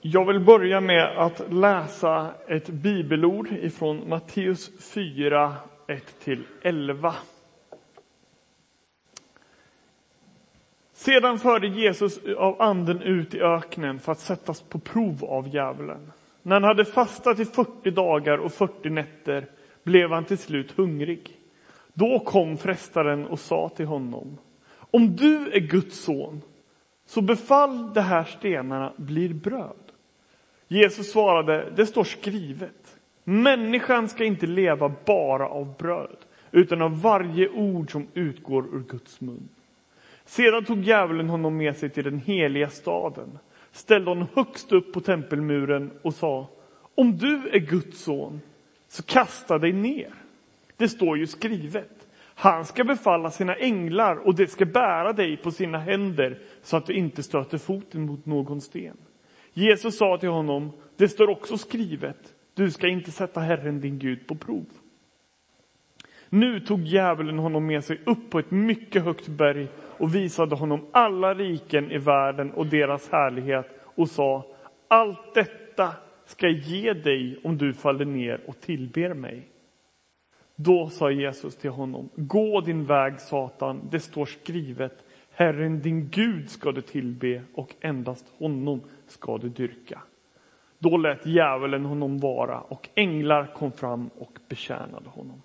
Jag vill börja med att läsa ett bibelord ifrån Matteus 4, 1-11. Sedan förde Jesus av anden ut i öknen för att sättas på prov av djävulen. När han hade fastat i 40 dagar och 40 nätter blev han till slut hungrig. Då kom frestaren och sa till honom: om du är Guds son, så befall de här stenarna blir bröd. Jesus svarade: det står skrivet, människan ska inte leva bara av bröd, utan av varje ord som utgår ur Guds mun. Sedan tog djävulen honom med sig till den heliga staden, ställde honom högst upp på tempelmuren och sa: om du är Guds son, så kasta dig ner. Det står ju skrivet, han ska befalla sina änglar och det ska bära dig på sina händer så att du inte stöter foten mot någon sten. Jesus sa till honom: det står också skrivet, du ska inte sätta Herren din Gud på prov. Nu tog djävulen honom med sig upp på ett mycket högt berg och visade honom alla riken i världen och deras härlighet och sa: allt detta ska ge dig om du faller ner och tillber mig. Då sa Jesus till honom: gå din väg, Satan, det står skrivet, Herren din Gud ska du tillbe och endast honom ska du dyrka. Då lät djävulen honom vara och änglar kom fram och betjänade honom.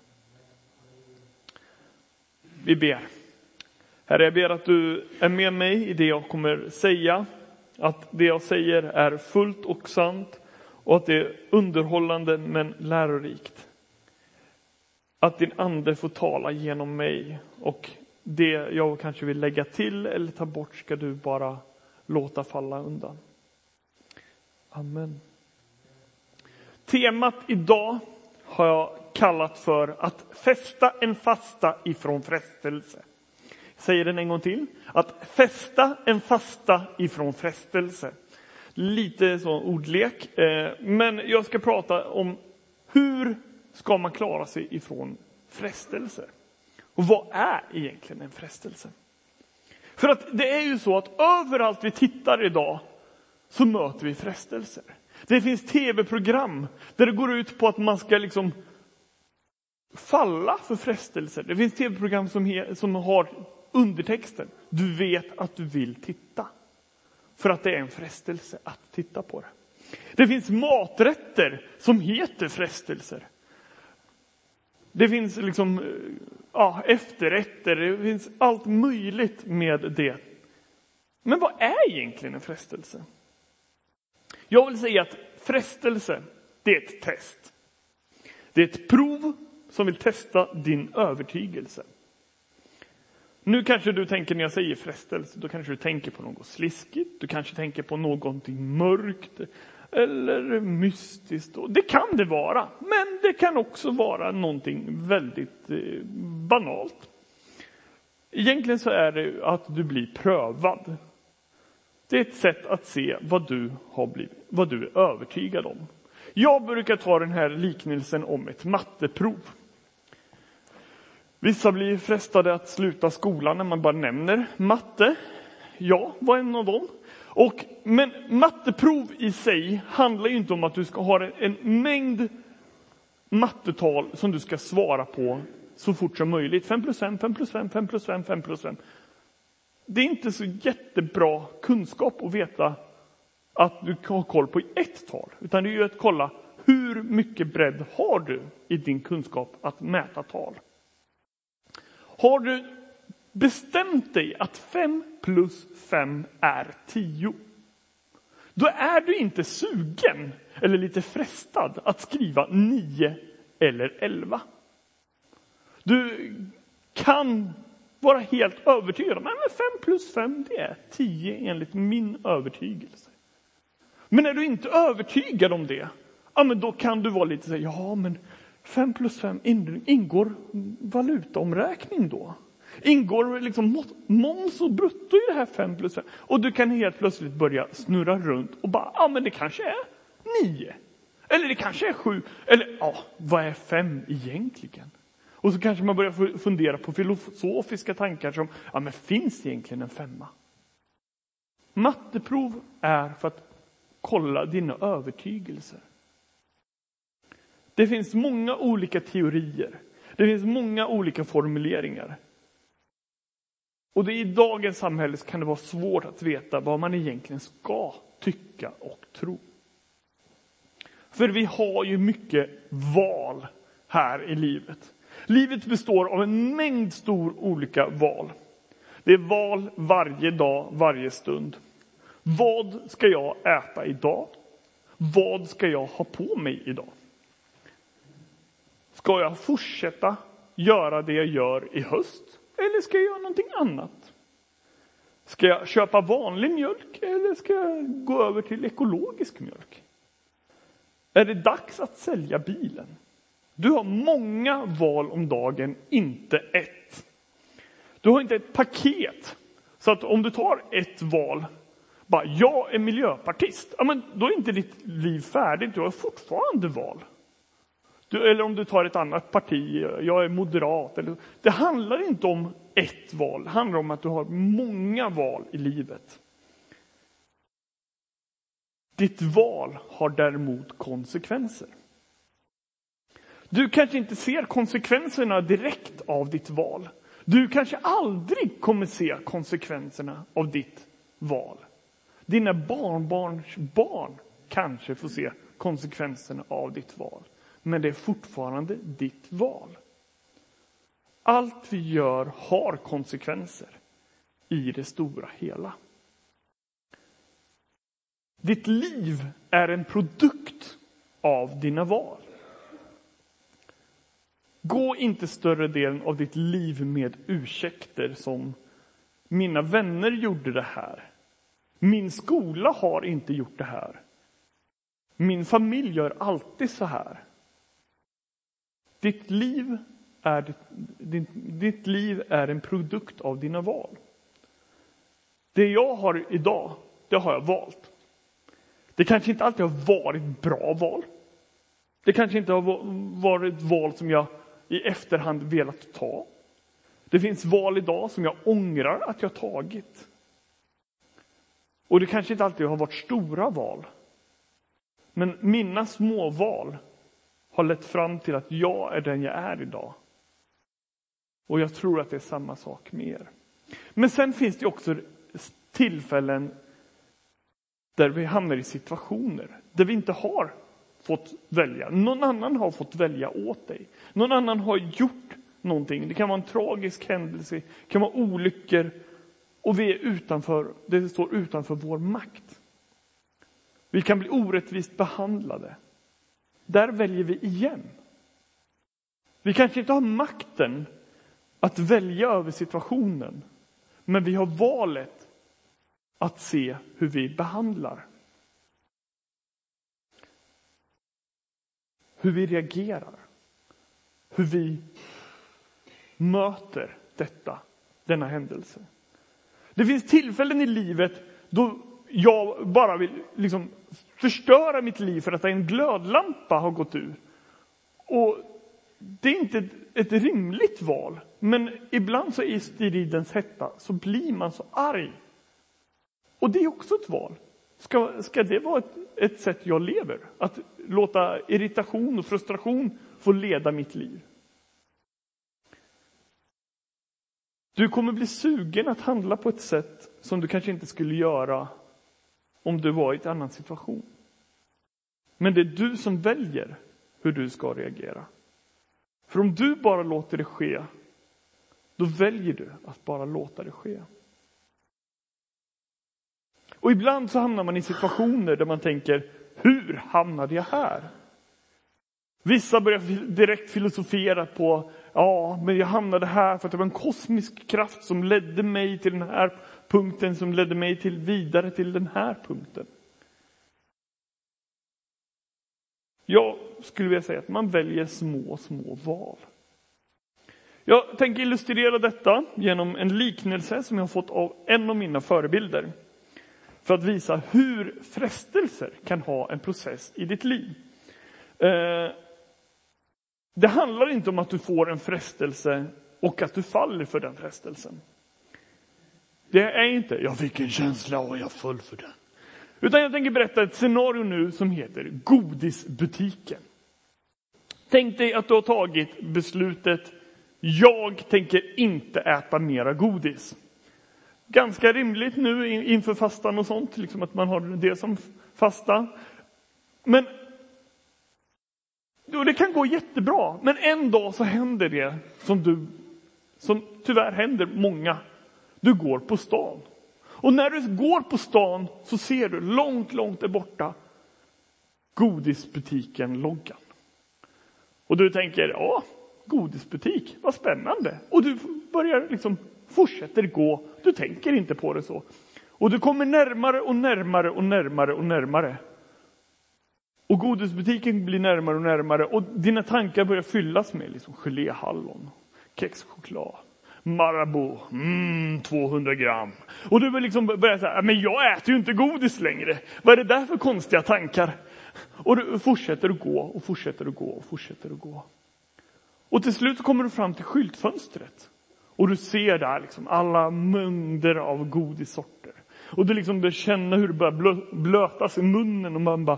Vi ber. Herre, jag ber att du är med mig i det jag kommer säga. Att det jag säger är fullt och sant och att det är underhållande men lärorikt. Att din ande får tala genom mig och det jag kanske vill lägga till eller ta bort ska du bara låta falla undan. Amen. Temat idag har jag kallat för att fästa en fasta ifrån frestelse. Jag säger den en gång till. Att fästa en fasta ifrån frestelse. Lite så ordlek. Men jag ska prata om hur ska man klara sig ifrån frestelser. Och vad är egentligen en frestelse? För att det är ju så att överallt vi tittar idag så möter vi frestelser. Det finns tv-program där det går ut på att man ska liksom falla för frestelser. Det finns tv-program som har undertexten: du vet att du vill titta. För att det är en frestelse att titta på det. Det finns maträtter som heter frestelser. Det finns liksom efterrätter, det finns allt möjligt med det. Men vad är egentligen en frestelse? Jag vill säga att frestelse, det är ett test. Det är ett prov som vill testa din övertygelse. Nu kanske du tänker, när jag säger frestelse, då kanske du tänker på något sliskigt. Du kanske tänker på någonting mörkt eller mystiskt. Det kan det vara, men det kan också vara någonting väldigt banalt. Egentligen så är det att du blir prövad. Det är ett sätt att se vad du är övertygad om. Jag brukar ta den här liknelsen om ett matteprov. Vissa blir frestade att sluta skolan när man bara nämner matte. Jag var en av dem. Men matteprov i sig handlar ju inte om att du ska ha en mängd mattetal som du ska svara på så fort som möjligt. 5 plus 5, 5 plus 5, 5 plus 5, 5 plus 5. Det är inte så jättebra kunskap att veta att du har koll på ett tal. Utan det är ju att kolla hur mycket bredd har du i din kunskap att mäta tal. Har du bestämt dig att 5 plus 5 är 10. Då är du inte sugen eller lite frestad att skriva 9 eller 11. Du kan vara helt övertygad om att 5 plus 5 det är 10 enligt min övertygelse. Men är du inte övertygad om det, men då kan du vara lite så här: men 5 plus 5 ingår valutaomräkning då? Ingår liksom moms och brutto i det här 5 plus 5? Och du kan helt plötsligt börja snurra runt och bara, men det kanske är 9. Eller det kanske är 7. Eller vad är 5 egentligen? Och så kanske man börjar fundera på filosofiska tankar som, men finns det egentligen en 5? Matteprov är för att kolla dina övertygelser. Det finns många olika teorier. Det finns många olika formuleringar. Och i dagens samhälle kan det vara svårt att veta vad man egentligen ska tycka och tro. För vi har ju mycket val här i livet. Livet består av en mängd olika val. Det är val varje dag, varje stund. Vad ska jag äta idag? Vad ska jag ha på mig idag? Ska jag fortsätta göra det jag gör i höst? Eller ska jag göra någonting annat? Ska jag köpa vanlig mjölk eller ska jag gå över till ekologisk mjölk? Är det dags att sälja bilen? Du har många val om dagen, inte ett. Du har inte ett paket. Så att om du tar ett val, bara jag är miljöpartist, ja, men då är inte ditt liv färdigt, du har fortfarande val. Eller om du tar ett annat parti, jag är moderat. Det handlar inte om ett val, det handlar om att du har många val i livet. Ditt val har däremot konsekvenser. Du kanske inte ser konsekvenserna direkt av ditt val. Du kanske aldrig kommer se konsekvenserna av ditt val. Dina barnbarns barn kanske får se konsekvenserna av ditt val. Men det är fortfarande ditt val. Allt vi gör har konsekvenser i det stora hela. Ditt liv är en produkt av dina val. Gå inte större delen av ditt liv med ursäkter som mina vänner gjorde det här. Min skola har inte gjort det här. Min familj gör alltid så här. Ditt liv är en produkt av dina val. Det jag har idag, det har jag valt. Det kanske inte alltid har varit bra val. Det kanske inte har varit val som jag i efterhand velat ta. Det finns val idag som jag ångrar att jag tagit. Och det kanske inte alltid har varit stora val. Men mina små val har lett fram till att jag är den jag är idag. Och jag tror att det är samma sak med er. Men sen finns det också tillfällen där vi hamnar i situationer där vi inte har fått välja. Någon annan har fått välja åt dig. Någon annan har gjort någonting. Det kan vara en tragisk händelse. Det kan vara olyckor. Och vi är det står utanför vår makt. Vi kan bli orättvist behandlade. Där väljer vi igen. Vi kanske inte har makten att välja över situationen. Men vi har valet att se hur vi behandlar. Hur vi reagerar. Hur vi möter denna händelse. Det finns tillfällen i livet då jag bara vill förstöra mitt liv för att en glödlampa har gått ur. Och det är inte ett rimligt val. Men ibland så i stridens hetta så blir man så arg. Och det är också ett val. Ska det vara ett sätt jag lever? Att låta irritation och frustration få leda mitt liv? Du kommer bli sugen att handla på ett sätt som du kanske inte skulle göra om du var i en annan situation. Men det är du som väljer hur du ska reagera. För om du bara låter det ske, då väljer du att bara låta det ske. Och ibland så hamnar man i situationer där man tänker, hur hamnade jag här? Vissa börjar direkt filosofera på, men jag hamnade här för att det var en kosmisk kraft som ledde mig till den här punkten, som ledde mig vidare till den här punkten. Jag skulle vilja säga att man väljer små val. Jag tänker illustrera detta genom en liknelse som jag har fått av en av mina förebilder. För att visa hur frestelser kan ha en process i ditt liv. Det handlar inte om att du får en frestelse och att du faller för den frestelsen. Det är inte, jag fick en känsla och jag föll för den. Utan jag tänker berätta ett scenario nu som heter godisbutiken. Tänk dig att du har tagit beslutet: jag tänker inte äta mera godis. Ganska rimligt nu inför fastan och sånt, liksom att man har det som fasta. Men det kan gå jättebra, men en dag så händer det som tyvärr händer många. Du går på stan. Och när du går på stan så ser du långt där borta godisbutiken-loggan. Och du tänker, ja, godisbutik, vad spännande. Och du börjar liksom, fortsätter gå. Du tänker inte på det så. Och du kommer närmare och närmare. Och godisbutiken blir närmare och närmare. Och dina tankar börjar fyllas med liksom geléhallon, kexchoklad, Marabou, 200 gram. Och du vill liksom börja säga, men jag äter ju inte godis längre. Vad är det där för konstiga tankar? Och du fortsätter att gå. Och till slut så kommer du fram till skyltfönstret. Och du ser där liksom alla mängder av godissorter. Och du liksom börjar känna hur det börjar blötas i munnen. Och man bara,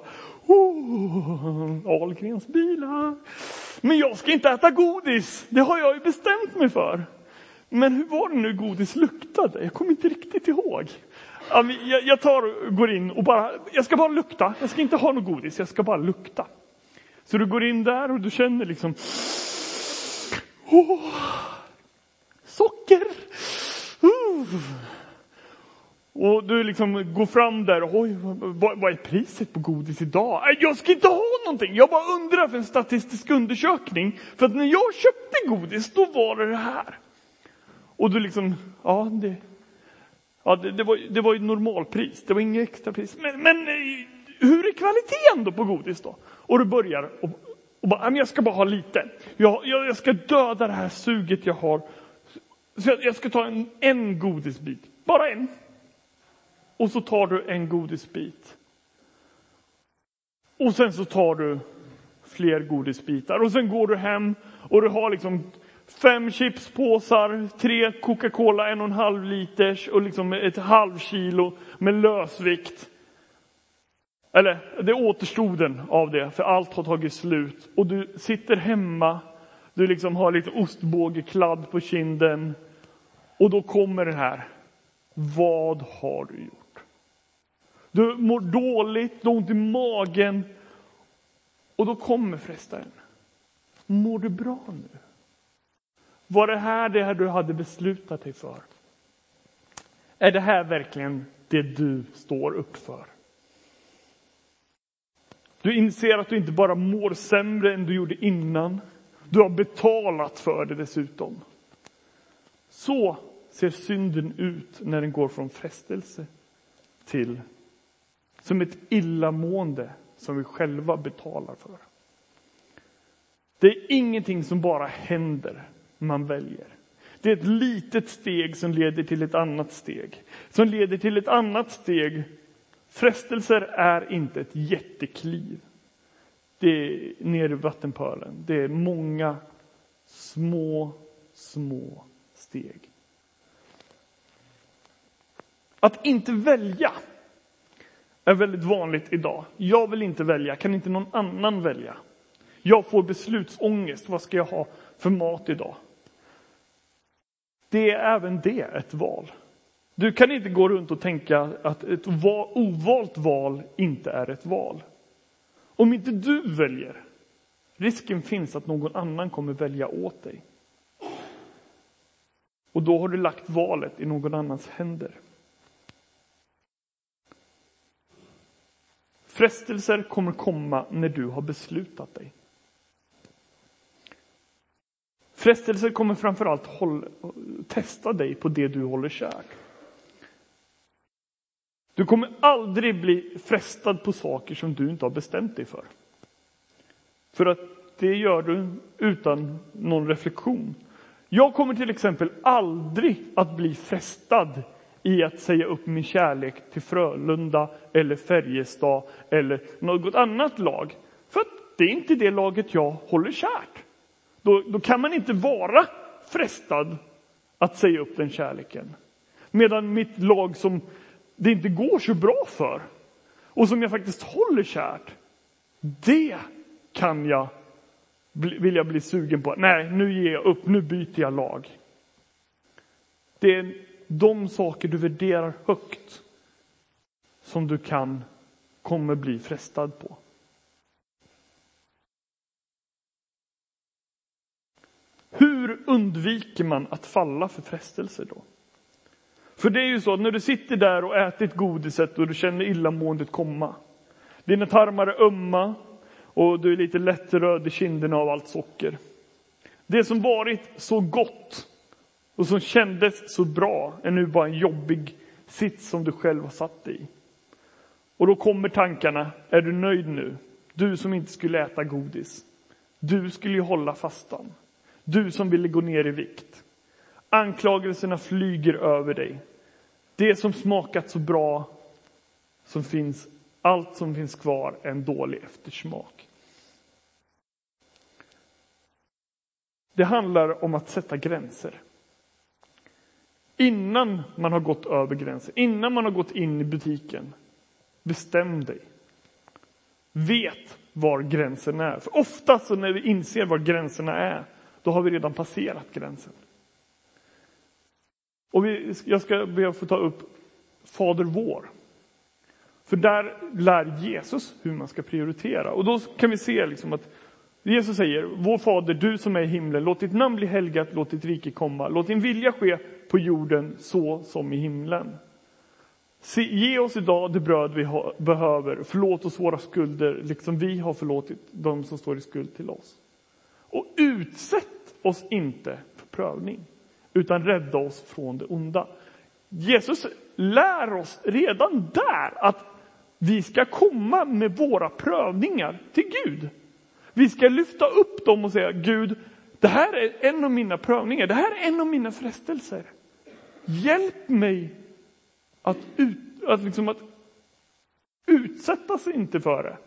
Ahlgrens bilar. Men jag ska inte äta godis. Det har jag ju bestämt mig för. Men hur var det nu godis luktade? Jag kommer inte riktigt ihåg. Jag går in och jag ska bara lukta. Jag ska inte ha något godis, jag ska bara lukta. Så du går in där och du känner liksom, socker. Och du liksom går fram där och vad är priset på godis idag? Jag ska inte ha någonting. Jag bara undrar för en statistisk undersökning. För att när jag köpte godis, då var det här. Och du liksom, det var ju normalpris. Det var inget extra pris. Men hur är kvaliteten då på godis då? Och du börjar och bara, jag ska bara ha lite. Jag ska döda det här suget jag har. Så jag ska ta en godisbit. Bara en. Och så tar du en godisbit. Och sen så tar du fler godisbitar. Och sen går du hem och du har liksom 5 chipspåsar, 3 Coca-Cola 1,5 liters och liksom ett halvkilo med lösvikt. Eller det är återstoden av det, för allt har tagit slut. Och du sitter hemma, du liksom har lite ostbågekladd på kinden. Och då kommer det här. Vad har du gjort? Du mår dåligt, du har ont i magen. Och då kommer frestaren. Mår du bra nu? Var det här du hade beslutat dig för? Är det här verkligen det du står upp för? Du inser att du inte bara mår sämre än du gjorde innan. Du har betalat för det dessutom. Så ser synden ut när den går från frestelse till som ett illamående som vi själva betalar för. Det är ingenting som bara händer, man väljer. Det är ett litet steg som leder till ett annat steg. Som leder till ett annat steg. Frestelser är inte ett jättekliv. Det är ner i vattenpölen. Det är många små steg. Att inte välja är väldigt vanligt idag. Jag vill inte välja. Kan inte någon annan välja? Jag får beslutsångest. Vad ska jag ha för mat idag? Det är även det ett val. Du kan inte gå runt och tänka att ett ovalt val inte är ett val. Om inte du väljer, risken finns att någon annan kommer välja åt dig. Och då har du lagt valet i någon annans händer. Frestelser kommer komma när du har beslutat dig. Frestelser kommer framförallt testa dig på det du håller kärt. Du kommer aldrig bli frestad på saker som du inte har bestämt dig för. För att det gör du utan någon reflektion. Jag kommer till exempel aldrig att bli frestad i att säga upp min kärlek till Frölunda eller Färjestad eller något annat lag. För att det är inte det laget jag håller kärt. Då kan man inte vara frestad att säga upp den kärleken. Medan mitt lag som det inte går så bra för, och som jag faktiskt håller kärt, det kan jag vill jag bli sugen på. Nej, nu ger jag upp, nu byter jag lag. Det är de saker du värderar högt som du kommer bli frestad på. Hur undviker man att falla för frestelser då? För det är ju så att när du sitter där och ätit godiset och du känner illamåendet komma. Dina tarmar är ömma och du är lite lättröd i kinderna av allt socker. Det som varit så gott och som kändes så bra är nu bara en jobbig sits som du själv har satt i. Och då kommer tankarna, är du nöjd nu? Du som inte skulle äta godis. Du skulle ju hålla fastan. Du som ville gå ner i vikt. Anklagelserna flyger över dig. Det som smakat så bra, allt som finns kvar är en dålig eftersmak. Det handlar om att sätta gränser. Innan man har gått över gränser, innan man har gått in i butiken, bestäm dig. Vet var gränsen är. För ofta så när vi inser var gränserna är, då har vi redan passerat gränsen. Och jag ska be att få ta upp Fader vår. För där lär Jesus hur man ska prioritera. Och då kan vi se liksom att Jesus säger, vår Fader, du som är i himlen, låt ditt namn bli helgat, låt ditt rike komma. Låt din vilja ske på jorden så som i himlen. Ge oss idag det bröd vi behöver. Förlåt oss våra skulder, liksom vi har förlåtit de som står i skuld till oss. Och utsätt oss inte för prövning, utan rädda oss från det onda. Jesus lär oss redan där att vi ska komma med våra prövningar till Gud. Vi ska lyfta upp dem och säga, Gud, det här är en av mina prövningar. Det här är en av mina frestelser. Hjälp mig att utsätta sig inte för det.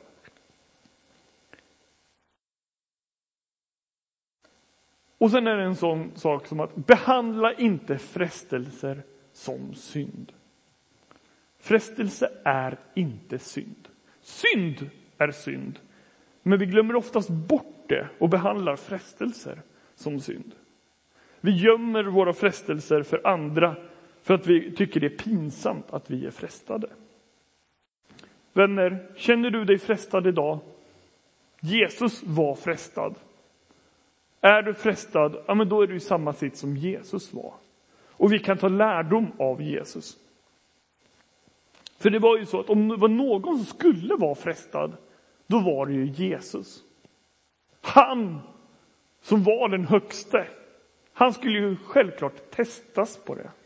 Och sen är det en sån sak som att behandla inte frestelser som synd. Frestelse är inte synd. Synd är synd. Men vi glömmer oftast bort det och behandlar frestelser som synd. Vi gömmer våra frestelser för andra för att vi tycker det är pinsamt att vi är frestade. Vänner, känner du dig frestad idag? Jesus var frestad. Är du frestad, ja men då är du i samma sitt som Jesus var. Och vi kan ta lärdom av Jesus. För det var ju så att om det var någon som skulle vara frestad, då var det ju Jesus. Han som var den högste. Han skulle ju självklart testas på det.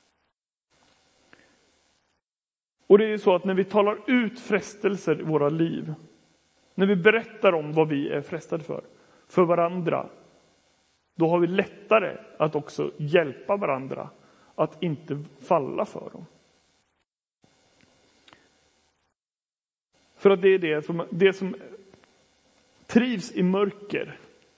Och det är ju så att när vi talar ut frestelser i våra liv, när vi berättar om vad vi är frestade för varandra, då har vi lättare att också hjälpa varandra att inte falla för dem. För att det är det som trivs i mörker,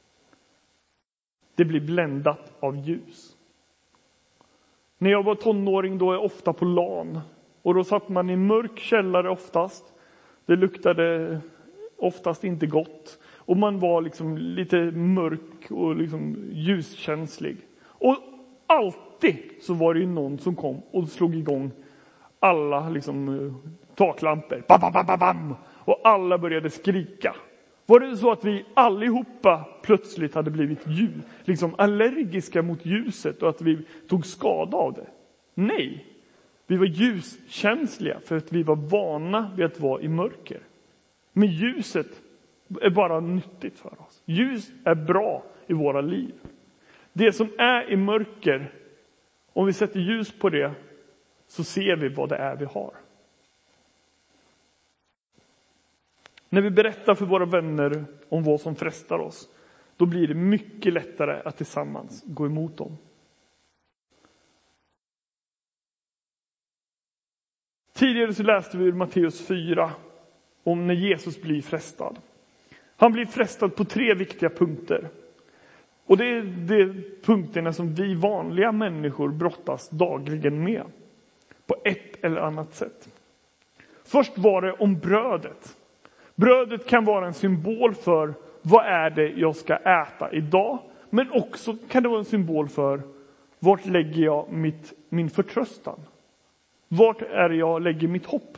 det blir bländat av ljus. När jag var tonåring då är jag ofta på LAN. Och då satt man i mörk källare oftast. Det luktade oftast inte gott. Och man var liksom lite mörk och liksom ljuskänslig. Och alltid så var det ju någon som kom och slog igång alla liksom taklampor. Bam, bam, bam, bam, bam. Och alla började skrika. Var det så att vi allihopa plötsligt hade blivit liksom allergiska mot ljuset och att vi tog skada av det? Nej. Vi var ljuskänsliga för att vi var vana vid att vara i mörker. Men ljuset är bara nyttigt för oss. Ljus är bra i våra liv. Det som är i mörker, om vi sätter ljus på det, så ser vi vad det är vi har. När vi berättar för våra vänner om vad som frestar oss, då blir det mycket lättare att tillsammans gå emot dem. Tidigare så läste vi i Matteus 4 om när Jesus blir frestad. Han blir frestad på 3 viktiga punkter. Och det är de punkterna som vi vanliga människor brottas dagligen med. På ett eller annat sätt. Först var det om brödet. Brödet kan vara en symbol för vad är det jag ska äta idag. Men också kan det vara en symbol för vart lägger jag min förtröstan. Vart är det jag lägger mitt hopp.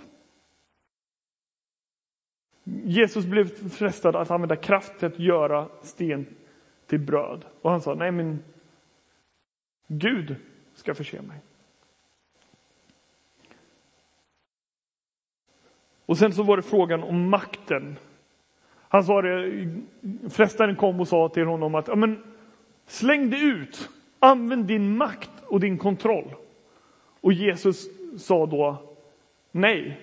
Jesus blev frestad att använda kraft till att göra sten till bröd. Och han sa, nej men Gud ska förse mig. Och sen så var det frågan om makten. Han sa det, frestaren kom och sa till honom att släng det ut, använd din makt och din kontroll. Och Jesus sa då, nej.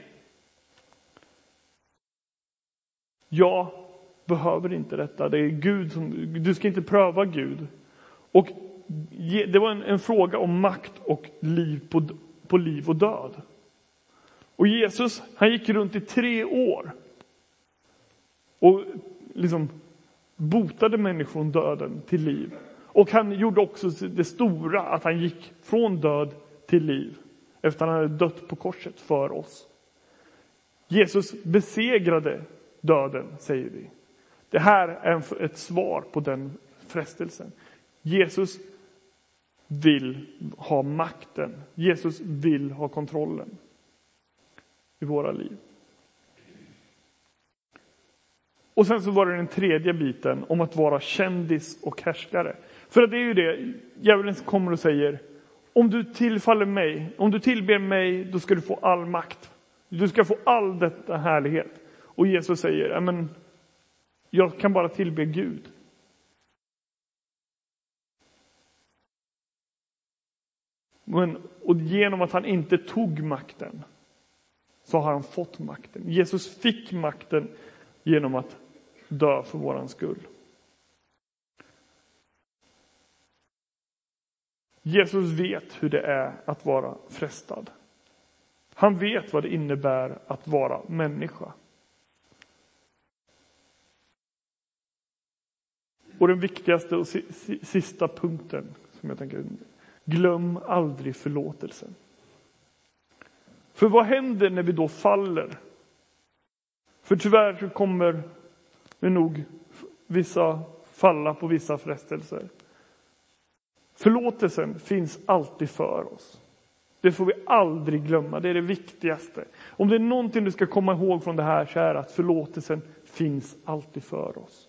Jag behöver inte detta, det är Gud du ska inte pröva Gud. Och det var en fråga om makt och liv på liv och död. Och Jesus, han gick runt i 3 år och liksom botade människor från döden till liv. Och han gjorde också det stora, att han gick från död till liv efter att han hade dött på korset för oss. Jesus besegrade döden, säger vi. Det här är ett svar på den frestelsen. Jesus vill ha makten. Jesus vill ha kontrollen i våra liv. Och sen så var det den tredje biten om att vara kändis och härskare. För det är ju det, djävulen kommer och säger, om du tillfaller mig, om du tillber mig, då ska du få all makt. Du ska få all detta härlighet. Och Jesus säger, jag kan bara tillbe Gud. Och genom att han inte tog makten så har han fått makten. Jesus fick makten genom att dö för våran skull. Jesus vet hur det är att vara frestad. Han vet vad det innebär att vara människa. Och den viktigaste och sista punkten som jag tänker, glöm aldrig förlåtelsen. För vad händer när vi då faller? För tyvärr så kommer vi nog vissa falla på vissa frestelser. Förlåtelsen finns alltid för oss. Det får vi aldrig glömma. Det är det viktigaste. Om det är någonting du ska komma ihåg från det här så är att förlåtelsen finns alltid för oss.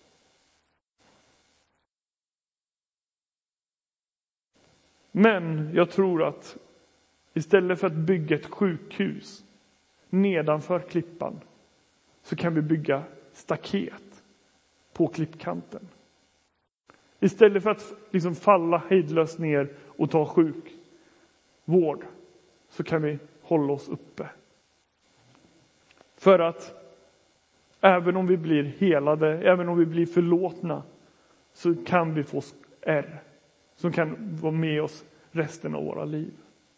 Men jag tror att istället för att bygga ett sjukhus nedanför klippan så kan vi bygga staket på klippkanten. Istället för att liksom falla hejdlöst ner och ta sjukvård så kan vi hålla oss uppe. För att även om vi blir helade, även om vi blir förlåtna så kan vi få ärr som kan vara med oss resten av våra liv.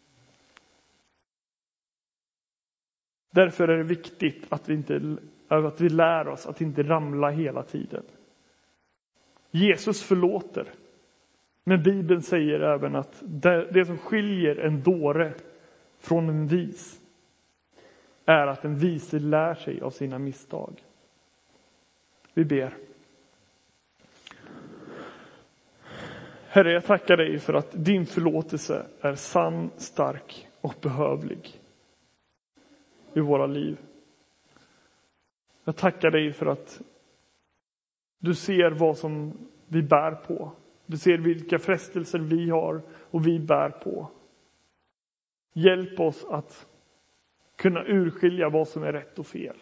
Därför är det viktigt att vi lär oss att inte ramla hela tiden. Jesus förlåter. Men Bibeln säger även att det som skiljer en dåre från en vis är att en vise lär sig av sina misstag. Vi ber. Herre, jag tackar dig för att din förlåtelse är sann, stark och behövlig i våra liv. Jag tackar dig för att du ser vad som vi bär på. Du ser vilka frestelser vi har och vi bär på. Hjälp oss att kunna urskilja vad som är rätt och fel.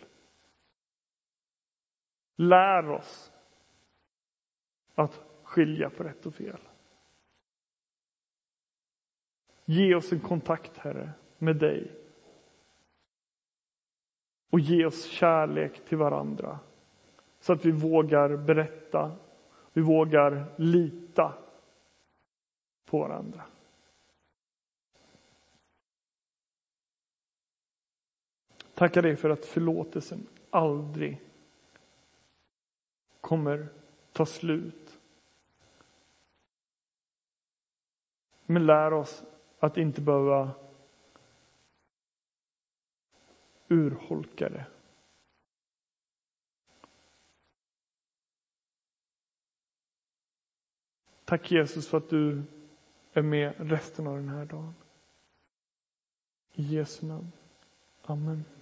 Lär oss att skilja på rätt och fel. Ge oss en kontakt, Herre, med dig. Och ge oss kärlek till varandra. Så att vi vågar berätta. Vi vågar lita på varandra. Tackar dig för att förlåtelsen aldrig kommer ta slut. Men lär oss att inte behöva urholka det. Tack Jesus för att du är med resten av den här dagen. I Jesu namn. Amen.